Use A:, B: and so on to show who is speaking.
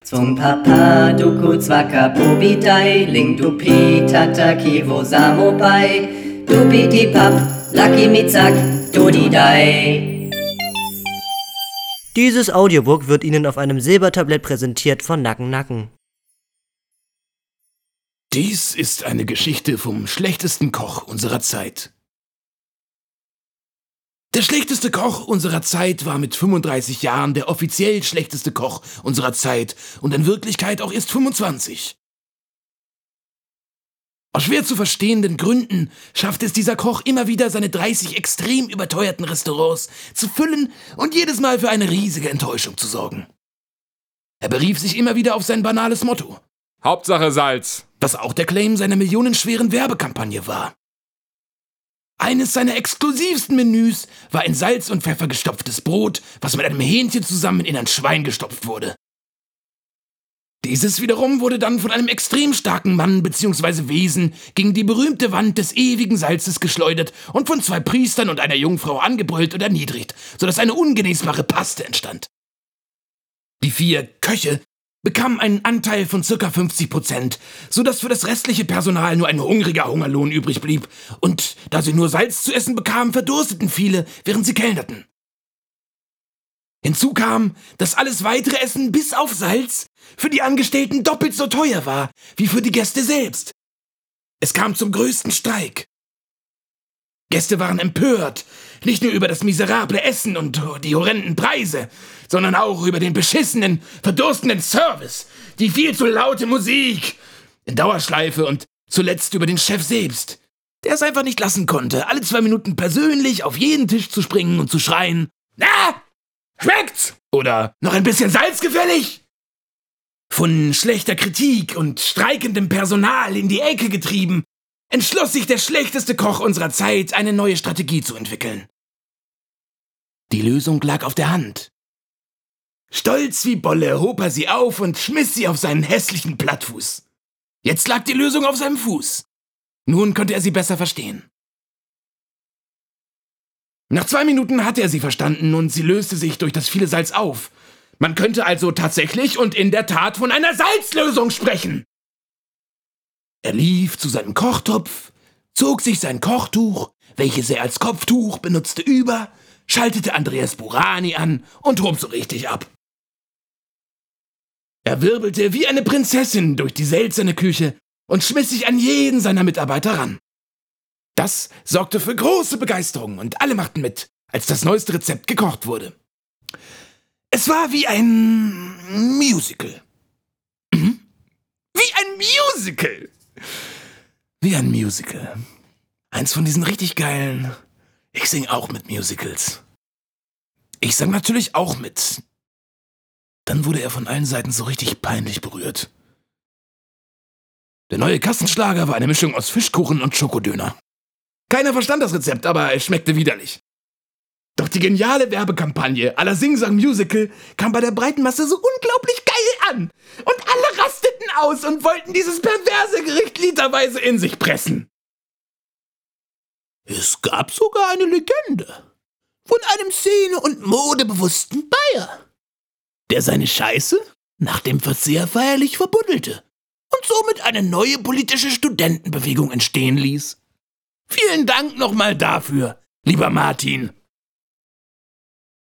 A: Zum Papa, Duku, Zwaka, Pobidai, Ling, Dupi, Tata, Kivo, Samopai, Dupiti, Pap, Lucky, Mizak, Dodidai.
B: Dieses Audiobook wird Ihnen auf einem Silbertablett präsentiert von Nacken Nacken.
C: Dies ist eine Geschichte vom schlechtesten Koch unserer Zeit. Der schlechteste Koch unserer Zeit war mit 35 Jahren der offiziell schlechteste Koch unserer Zeit und in Wirklichkeit auch erst 25. Aus schwer zu verstehenden Gründen schafft es dieser Koch immer wieder, seine 30 extrem überteuerten Restaurants zu füllen und jedes Mal für eine riesige Enttäuschung zu sorgen. Er berief sich immer wieder auf sein banales Motto:
D: Hauptsache Salz.
C: Das auch der Claim seiner millionenschweren Werbekampagne war. Eines seiner exklusivsten Menüs war ein Salz und Pfeffer gestopftes Brot, was mit einem Hähnchen zusammen in ein Schwein gestopft wurde. Dieses wiederum wurde dann von einem extrem starken Mann bzw. Wesen gegen die berühmte Wand des ewigen Salzes geschleudert und von 2 Priestern und einer Jungfrau angebrüllt und erniedrigt, sodass eine ungenießbare Paste entstand. Die 4 Köche bekamen einen Anteil von ca. 50%, sodass für das restliche Personal nur ein hungriger Hungerlohn übrig blieb, und da sie nur Salz zu essen bekamen, verdursteten viele, während sie kellnerten. Hinzu kam, dass alles weitere Essen bis auf Salz für die Angestellten doppelt so teuer war wie für die Gäste selbst. Es kam zum größten Streik. Gäste waren empört, nicht nur über das miserable Essen und die horrenden Preise, sondern auch über den beschissenen, verdurstenden Service, die viel zu laute Musik in Dauerschleife und zuletzt über den Chef selbst, der es einfach nicht lassen konnte, alle 2 Minuten persönlich auf jeden Tisch zu springen und zu schreien: Na, schmeckt's? Oder noch ein bisschen Salz gefällig? Von schlechter Kritik und streikendem Personal in die Ecke getrieben, entschloss sich der schlechteste Koch unserer Zeit, eine neue Strategie zu entwickeln. Die Lösung lag auf der Hand. Stolz wie Bolle hob er sie auf und schmiss sie auf seinen hässlichen Plattfuß. Jetzt lag die Lösung auf seinem Fuß. Nun konnte er sie besser verstehen. Nach 2 Minuten hatte er sie verstanden und sie löste sich durch das viele Salz auf. Man könnte also tatsächlich und in der Tat von einer Salzlösung sprechen. Er lief zu seinem Kochtopf, zog sich sein Kochtuch, welches er als Kopftuch benutzte, über, schaltete Andreas Burani an und hob so richtig ab. Er wirbelte wie eine Prinzessin durch die seltsame Küche und schmiss sich an jeden seiner Mitarbeiter ran. Das sorgte für große Begeisterung und alle machten mit, als das neueste Rezept gekocht wurde. Es war wie ein Musical. Wie ein Musical! Wie ein Musical. Eins von diesen richtig geilen... Ich sing auch mit Musicals. Ich sang natürlich auch mit. Dann wurde er von allen Seiten so richtig peinlich berührt. Der neue Kassenschlager war eine Mischung aus Fischkuchen und Schokodöner. Keiner verstand das Rezept, aber es schmeckte widerlich. Doch die geniale Werbekampagne à la Sing-Sang Musical kam bei der breiten Masse so unglaublich geil an. Und alle rasteten aus und wollten dieses perverse Gericht literweise in sich pressen. Es gab sogar eine Legende von einem szene- und modebewussten Bayer, der seine Scheiße nach dem Verzehr feierlich verbuddelte und somit eine neue politische Studentenbewegung entstehen ließ. Vielen Dank nochmal dafür, lieber Martin.